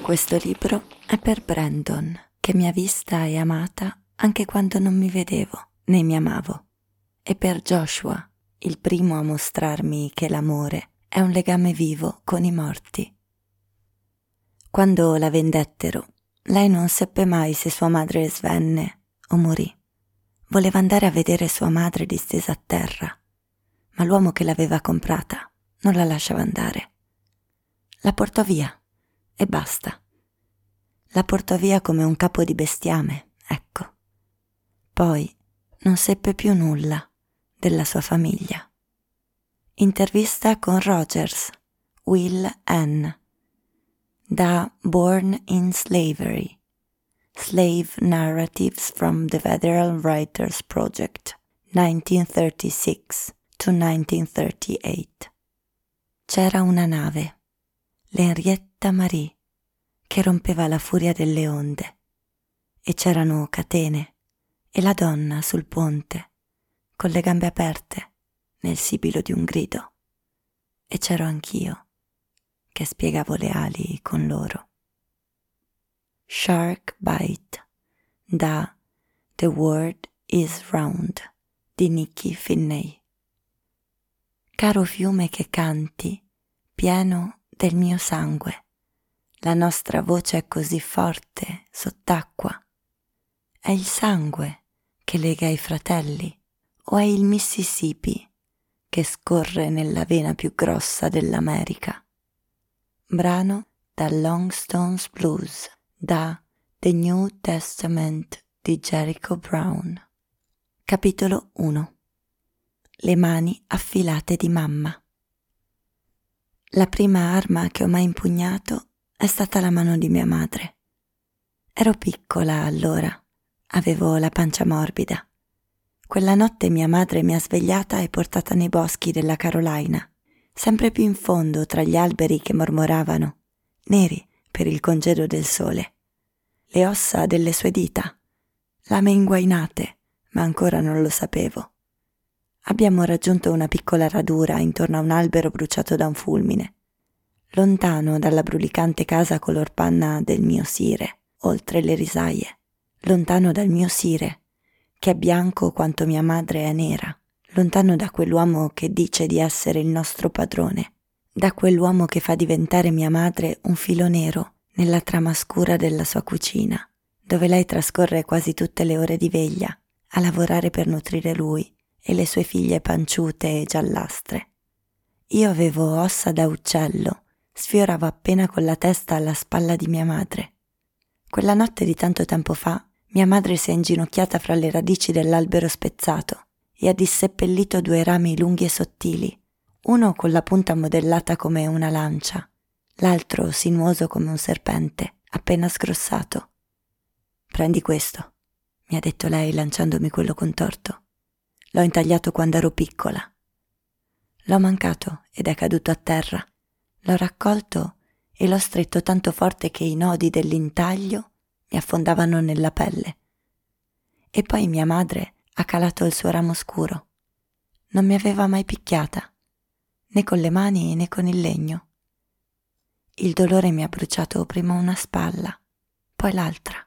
Questo libro è per Brandon, che mi ha vista e amata anche quando non mi vedevo né mi amavo, e per Joshua, il primo a mostrarmi che l'amore è un legame vivo con i morti. Quando la vendettero, lei non seppe mai se sua madre svenne o morì. Voleva andare a vedere sua madre distesa a terra, ma l'uomo che l'aveva comprata non la lasciava andare. La portò via e basta. La portò via come un capo di bestiame, ecco. Poi non seppe più nulla della sua famiglia. Intervista con Rogers, Will N. da Born in Slavery, Slave Narratives from the Federal Writers Project, 1936 to 1938. C'era una nave, l'Henrietta Marie, che rompeva la furia delle onde, e c'erano catene e la donna sul ponte, con le gambe aperte, nel sibilo di un grido. E c'ero anch'io, che spiegavo le ali con loro. Shark Bite, da The World is Round, di Nikki Finney. Caro fiume che canti, pieno del mio sangue, la nostra voce è così forte sott'acqua. È il sangue che lega i fratelli, o è il Mississippi che scorre nella vena più grossa dell'America? Brano da Long Stones Blues, da The New Testament di Jericho Brown. Capitolo 1. Le mani affilate di mamma. La prima arma che ho mai impugnato è stata la mano di mia madre. Ero piccola allora, avevo la pancia morbida. Quella notte mia madre mi ha svegliata e portata nei boschi della Carolina, sempre più in fondo tra gli alberi che mormoravano, neri per il congedo del sole. Le ossa delle sue dita, lame inguainate, ma ancora non lo sapevo. Abbiamo raggiunto una piccola radura intorno a un albero bruciato da un fulmine, lontano dalla brulicante casa color panna del mio Sire, oltre le risaie, lontano dal mio Sire, che è bianco quanto mia madre è nera, lontano da quell'uomo che dice di essere il nostro padrone, da quell'uomo che fa diventare mia madre un filo nero nella trama scura della sua cucina, dove lei trascorre quasi tutte le ore di veglia a lavorare per nutrire lui e le sue figlie panciute e giallastre. Io avevo ossa da uccello, sfioravo appena con la testa alla spalla di mia madre. Quella notte di tanto tempo fa, mia madre si è inginocchiata fra le radici dell'albero spezzato e ha disseppellito 2 rami lunghi e sottili, uno con la punta modellata come una lancia, l'altro sinuoso come un serpente, appena sgrossato. «Prendi questo», mi ha detto lei lanciandomi quello contorto. «L'ho intagliato quando ero piccola». L'ho mancato ed è caduto a terra. L'ho raccolto e l'ho stretto tanto forte che i nodi dell'intaglio mi affondavano nella pelle. E poi mia madre ha calato il suo ramo scuro. Non mi aveva mai picchiata, né con le mani né con il legno. Il dolore mi ha bruciato prima una spalla, poi l'altra.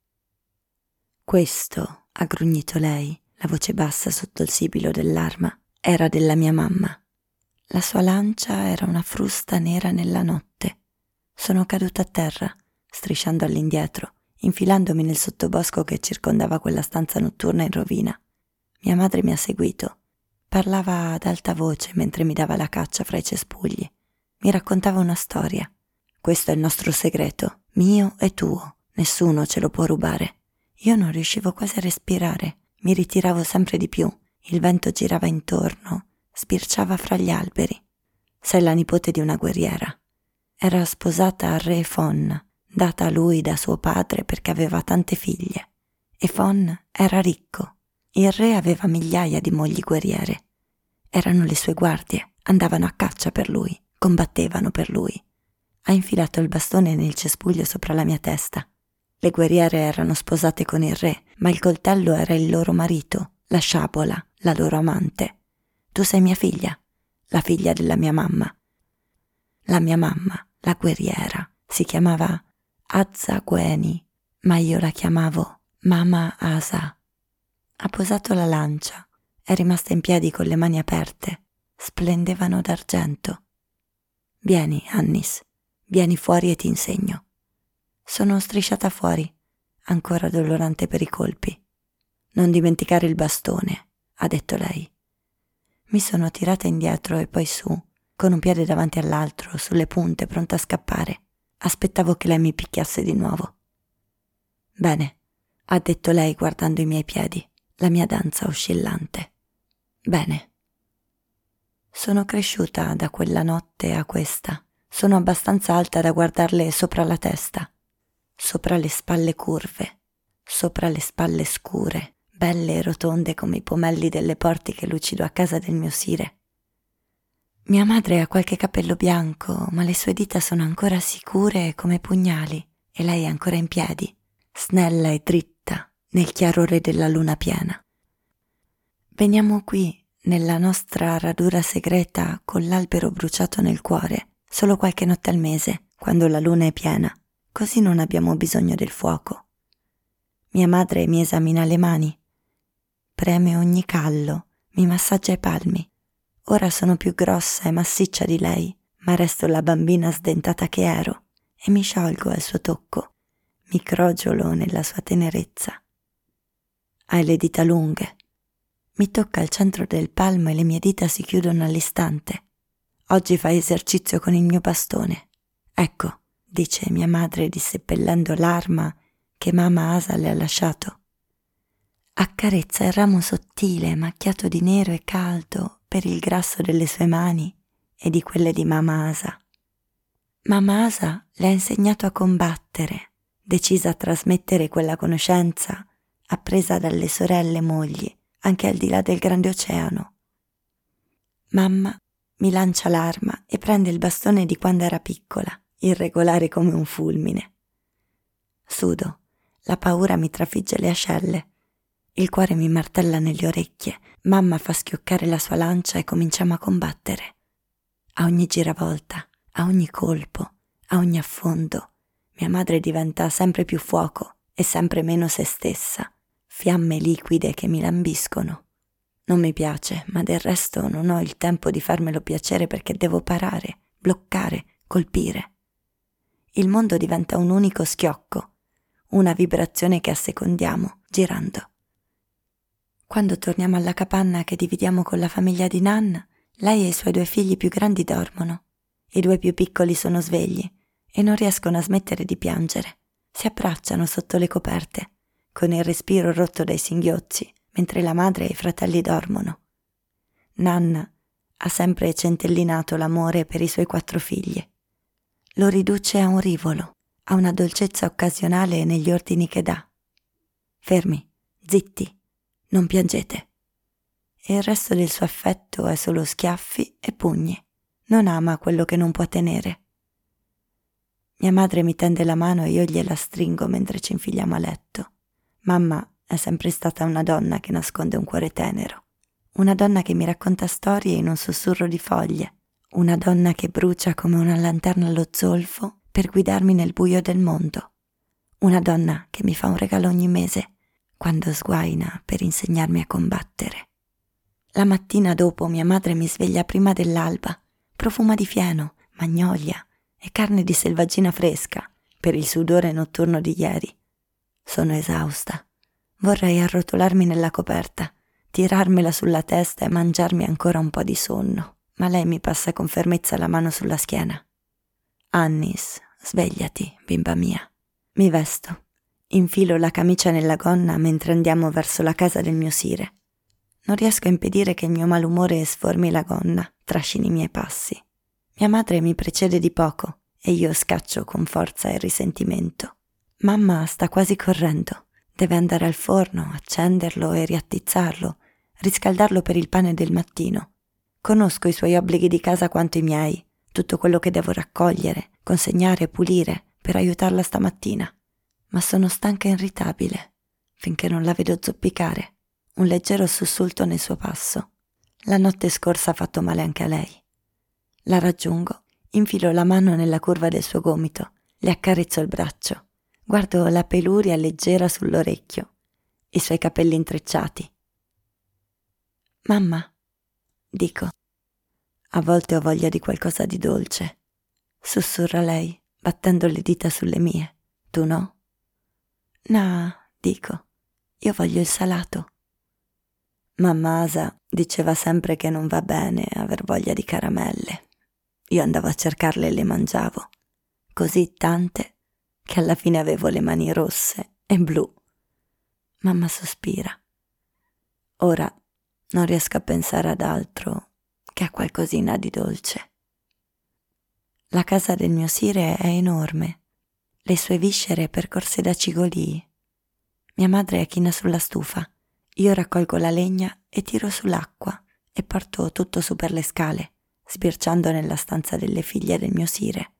Questo, ha grugnito lei, la voce bassa sotto il sibilo dell'arma, era della mia mamma. La sua lancia era una frusta nera nella notte. Sono caduta a terra, strisciando all'indietro, infilandomi nel sottobosco che circondava quella stanza notturna in rovina. Mia madre mi ha seguito. Parlava ad alta voce mentre mi dava la caccia fra i cespugli. Mi raccontava una storia. Questo è il nostro segreto, mio e tuo. Nessuno ce lo può rubare. Io non riuscivo quasi a respirare. Mi ritiravo sempre di più. Il vento girava intorno, sbirciava fra gli alberi. Sei la nipote di una guerriera. Era sposata al re Fon, data a lui da suo padre perché aveva tante figlie. E Fon era ricco. Il re aveva migliaia di mogli guerriere. Erano le sue guardie, andavano a caccia per lui, combattevano per lui. Ha infilato il bastone nel cespuglio sopra la mia testa. Le guerriere erano sposate con il re, ma il coltello era il loro marito, la sciabola, la loro amante. Tu sei mia figlia, la figlia della mia mamma. La mia mamma, la guerriera, si chiamava Azza Gweni, ma io la chiamavo Mama Asa. Ha posato la lancia, è rimasta in piedi con le mani aperte, splendevano d'argento. Vieni, Annis, vieni fuori e ti insegno. Sono strisciata fuori, ancora dolorante per i colpi. Non dimenticare il bastone, ha detto lei. Mi sono tirata indietro e poi su, con un piede davanti all'altro, sulle punte, pronta a scappare. Aspettavo che lei mi picchiasse di nuovo. Bene, ha detto lei guardando i miei piedi, la mia danza oscillante. Bene. Sono cresciuta da quella notte a questa. Sono abbastanza alta da guardarle sopra la testa, sopra le spalle curve, sopra le spalle scure, belle e rotonde come i pomelli delle portiche lucido a casa del mio sire. Mia madre ha qualche capello bianco, ma le sue dita sono ancora sicure come pugnali e lei è ancora in piedi, snella e dritta nel chiarore della luna piena. Veniamo qui, nella nostra radura segreta, con l'albero bruciato nel cuore, solo qualche notte al mese, quando la luna è piena, così non abbiamo bisogno del fuoco. Mia madre mi esamina le mani, preme ogni callo, mi massaggia i palmi. Ora sono più grossa e massiccia di lei, ma resto la bambina sdentata che ero e mi sciolgo al suo tocco, mi crogiolo nella sua tenerezza. Hai le dita lunghe. Mi tocca il centro del palmo e le mie dita si chiudono all'istante. Oggi fai esercizio con il mio bastone. Ecco, dice mia madre disseppellendo l'arma che mamma Asa le ha lasciato. Accarezza il ramo sottile, macchiato di nero e caldo per il grasso delle sue mani e di quelle di mamma Asa. Mamma Asa le ha insegnato a combattere, decisa a trasmettere quella conoscenza appresa dalle sorelle mogli, anche al di là del grande oceano. Mamma mi lancia l'arma e prende il bastone di quando era piccola, irregolare come un fulmine. Sudo, la paura mi trafigge le ascelle. Il cuore mi martella nelle orecchie, mamma fa schioccare la sua lancia e cominciamo a combattere. A ogni giravolta, a ogni colpo, a ogni affondo, mia madre diventa sempre più fuoco e sempre meno se stessa, fiamme liquide che mi lambiscono. Non mi piace, ma del resto non ho il tempo di farmelo piacere perché devo parare, bloccare, colpire. Il mondo diventa un unico schiocco, una vibrazione che assecondiamo, girando. Quando torniamo alla capanna che dividiamo con la famiglia di Nan, lei e i suoi 2 figli più grandi dormono. I 2 più piccoli sono svegli e non riescono a smettere di piangere. Si abbracciano sotto le coperte, con il respiro rotto dai singhiozzi, mentre la madre e i fratelli dormono. Nan ha sempre centellinato l'amore per i suoi 4 figli. Lo riduce a un rivolo, a una dolcezza occasionale negli ordini che dà. Fermi, zitti, non piangete. E il resto del suo affetto è solo schiaffi e pugni. Non ama quello che non può tenere. Mia madre mi tende la mano e io gliela stringo mentre ci infiliamo a letto. Mamma è sempre stata una donna che nasconde un cuore tenero. Una donna che mi racconta storie in un sussurro di foglie. Una donna che brucia come una lanterna allo zolfo per guidarmi nel buio del mondo. Una donna che mi fa un regalo ogni mese, quando sguaina per insegnarmi a combattere. La mattina dopo mia madre mi sveglia prima dell'alba, profuma di fieno, magnolia e carne di selvaggina fresca per il sudore notturno di ieri. Sono esausta. Vorrei arrotolarmi nella coperta, tirarmela sulla testa e mangiarmi ancora un po' di sonno, ma lei mi passa con fermezza la mano sulla schiena. Annis, svegliati, bimba mia. Mi vesto. Infilo la camicia nella gonna mentre andiamo verso la casa del mio sire. Non riesco a impedire che il mio malumore sformi la gonna, trascini i miei passi. Mia madre mi precede di poco e io scaccio con forza e risentimento. Mamma sta quasi correndo. Deve andare al forno, accenderlo e riattizzarlo, riscaldarlo per il pane del mattino. Conosco i suoi obblighi di casa quanto i miei, tutto quello che devo raccogliere, consegnare e pulire per aiutarla stamattina. Ma sono stanca e irritabile, finché non la vedo zoppicare, un leggero sussulto nel suo passo. La notte scorsa ha fatto male anche a lei. La raggiungo, infilo la mano nella curva del suo gomito, le accarezzo il braccio. Guardo la peluria leggera sull'orecchio, i suoi capelli intrecciati. Mamma, dico, a volte ho voglia di qualcosa di dolce, sussurra lei, battendo le dita sulle mie. Tu no? No, dico, io voglio il salato. Mamma Asa diceva sempre che non va bene aver voglia di caramelle. Io andavo a cercarle e le mangiavo, così tante che alla fine avevo le mani rosse e blu. Mamma sospira. Ora non riesco a pensare ad altro che a qualcosina di dolce. La casa del mio Sire è enorme, le sue viscere percorse da cigolii. Mia madre china sulla stufa, io raccolgo la legna e tiro sull'acqua e porto tutto su per le scale, sbirciando nella stanza delle figlie del mio Sire.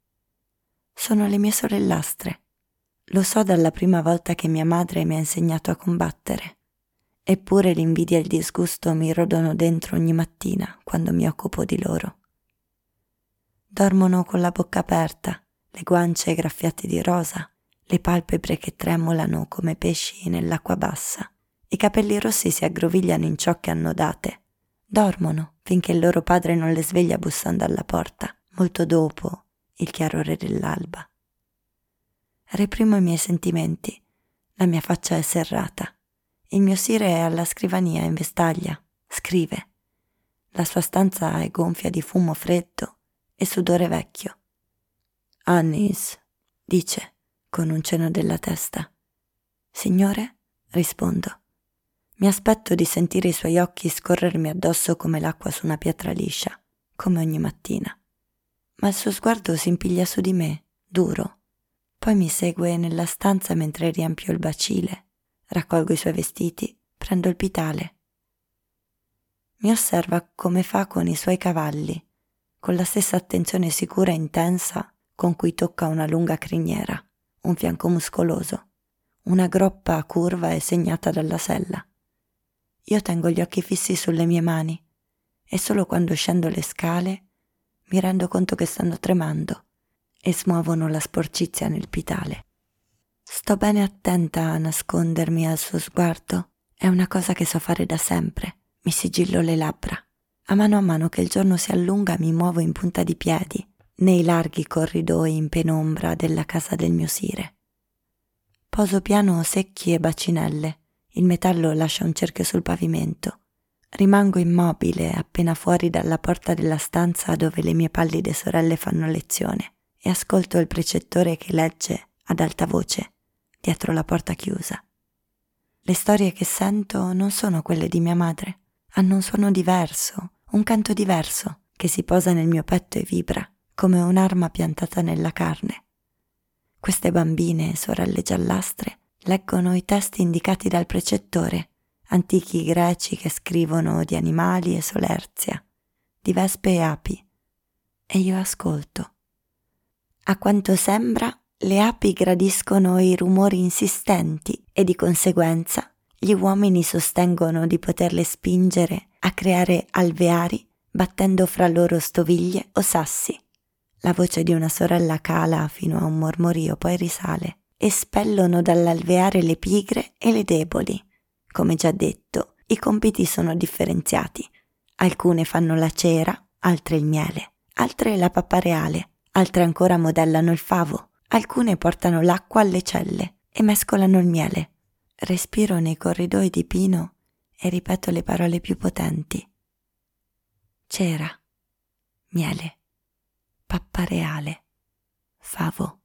Sono le mie sorellastre. Lo so dalla prima volta che mia madre mi ha insegnato a combattere. Eppure l'invidia e il disgusto mi rodono dentro ogni mattina quando mi occupo di loro. Dormono con la bocca aperta, le guance graffiate di rosa, le palpebre che tremolano come pesci nell'acqua bassa. I capelli rossi si aggrovigliano in ciocche annodate. Dormono finché il loro padre non le sveglia bussando alla porta, molto dopo il chiarore dell'alba. Reprimo i miei sentimenti. La mia faccia è serrata. Il mio Sire è alla scrivania in vestaglia. Scrive. La sua stanza è gonfia di fumo freddo e sudore vecchio. Anis, dice, con un cenno della testa. Signore? Rispondo. Mi aspetto di sentire i suoi occhi scorrermi addosso come l'acqua su una pietra liscia, come ogni mattina. Ma il suo sguardo si impiglia su di me, duro. Poi mi segue nella stanza mentre riempio il bacile, raccolgo i suoi vestiti, prendo il pitale. Mi osserva come fa con i suoi cavalli, con la stessa attenzione sicura e intensa con cui tocca una lunga criniera, un fianco muscoloso, una groppa curva e segnata dalla sella. Io tengo gli occhi fissi sulle mie mani e solo quando scendo le scale mi rendo conto che stanno tremando e smuovono la sporcizia nel pitale. Sto bene attenta a nascondermi al suo sguardo, è una cosa che so fare da sempre, mi sigillo le labbra. A mano che il giorno si allunga mi muovo in punta di piedi, nei larghi corridoi in penombra della casa del mio Sire. Poso piano secchi e bacinelle, il metallo lascia un cerchio sul pavimento. Rimango immobile appena fuori dalla porta della stanza dove le mie pallide sorelle fanno lezione e ascolto il precettore che legge ad alta voce dietro la porta chiusa. Le storie che sento non sono quelle di mia madre, hanno un suono diverso, un canto diverso che si posa nel mio petto e vibra come un'arma piantata nella carne. Queste bambine, sorelle giallastre, leggono i testi indicati dal precettore, antichi greci che scrivono di animali e solerzia, di vespe e api, e io ascolto. A quanto sembra, le api gradiscono i rumori insistenti e di conseguenza gli uomini sostengono di poterle spingere a creare alveari battendo fra loro stoviglie o sassi. La voce di una sorella cala fino a un mormorio, poi risale. Espellono dall'alveare le pigre e le deboli. Come già detto, i compiti sono differenziati. Alcune fanno la cera, altre il miele, altre la pappa reale, altre ancora modellano il favo, alcune portano l'acqua alle celle e mescolano il miele. Respiro nei corridoi di pino e ripeto le parole più potenti. Cera, miele, pappa reale, favo.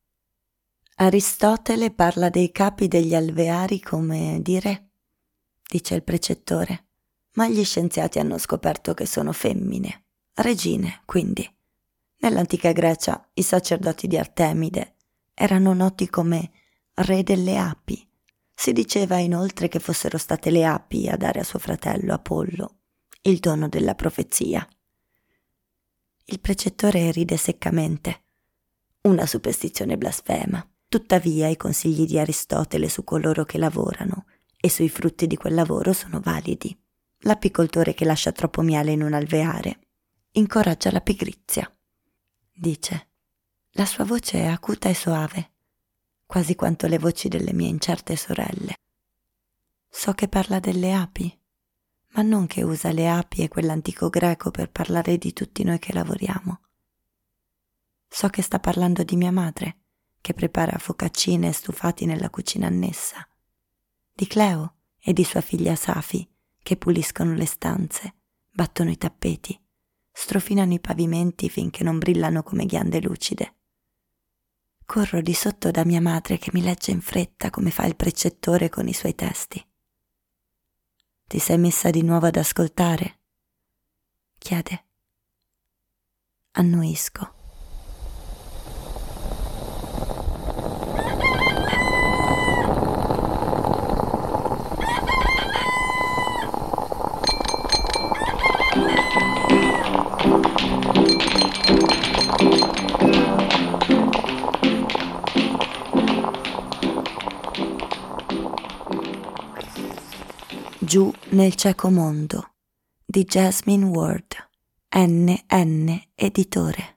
Aristotele parla dei capi degli alveari come di re, dice il precettore, ma gli scienziati hanno scoperto che sono femmine, regine quindi. Nell'antica Grecia i sacerdoti di Artemide erano noti come re delle api. Si diceva inoltre che fossero state le api a dare a suo fratello Apollo il dono della profezia. Il precettore ride seccamente. Una superstizione blasfema. Tuttavia i consigli di Aristotele su coloro che lavorano e sui frutti di quel lavoro sono validi. L'apicoltore che lascia troppo miele in un alveare incoraggia la pigrizia, dice. La sua voce è acuta e soave. quasi quanto le voci delle mie incerte sorelle. So che parla delle api, ma non che usa le api e quell'antico greco per parlare di tutti noi che lavoriamo. So che sta parlando di mia madre, che prepara focaccine e stufati nella cucina annessa, di Cleo e di sua figlia Safi, che puliscono le stanze, battono i tappeti, strofinano i pavimenti finché non brillano come ghiande lucide. Corro di sotto da mia madre che mi legge in fretta come fa il precettore con i suoi testi. Ti sei messa di nuovo ad ascoltare? Chiede. Annuisco. Giù nel cieco mondo di Jasmine Ward, NN Editore.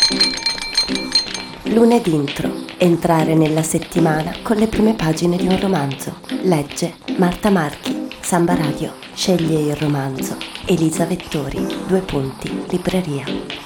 Lunedì intro. Entrare nella settimana con le prime pagine di un romanzo. Legge Marta Marchi. Samba Radio. Sceglie il romanzo. Elisa Vettori. Libreria.